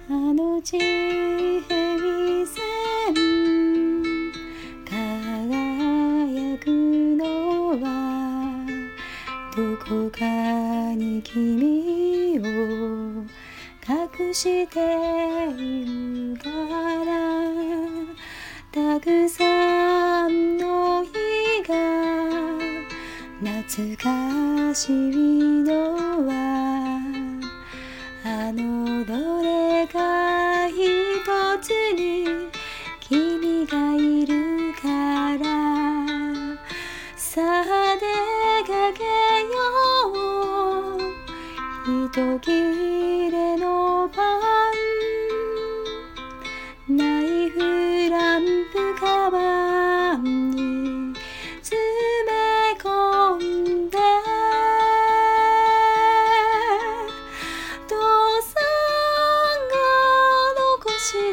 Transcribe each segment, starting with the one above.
あの地平線輝くのはどこかに君を隠しているからたくさんの日が懐かしいのはあのどれか一つに君がいるからさあ出かけよう糸切れのパンナイフランプカバンに詰め込んで父さんが残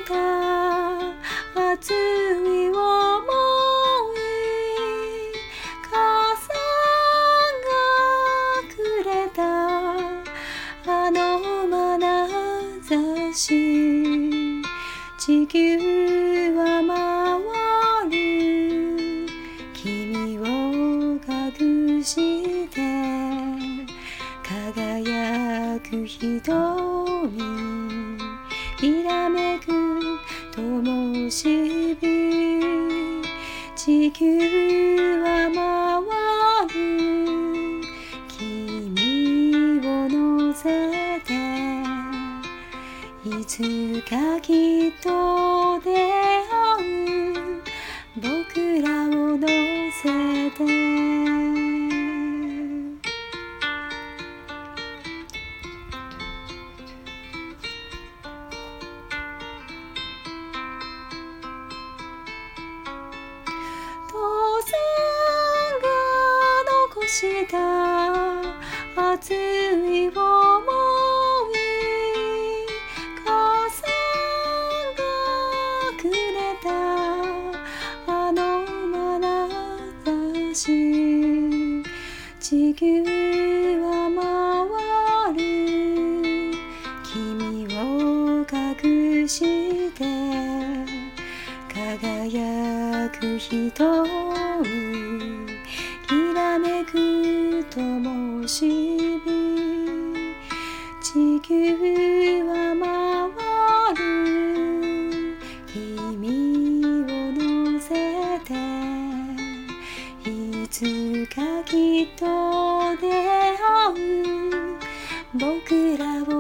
した熱い想い母さんがくれたあの眼差し地球は回る君を隠して輝く瞳きらめく灯火地球は回る君を乗せていつかきっと出会う僕らを乗せて父さんが残した熱い想い母さんがくれたあの眼差し地球は回る君を隠して輝く瞳きらめく灯火地球は回る君を乗せていつかきっと出会う僕らを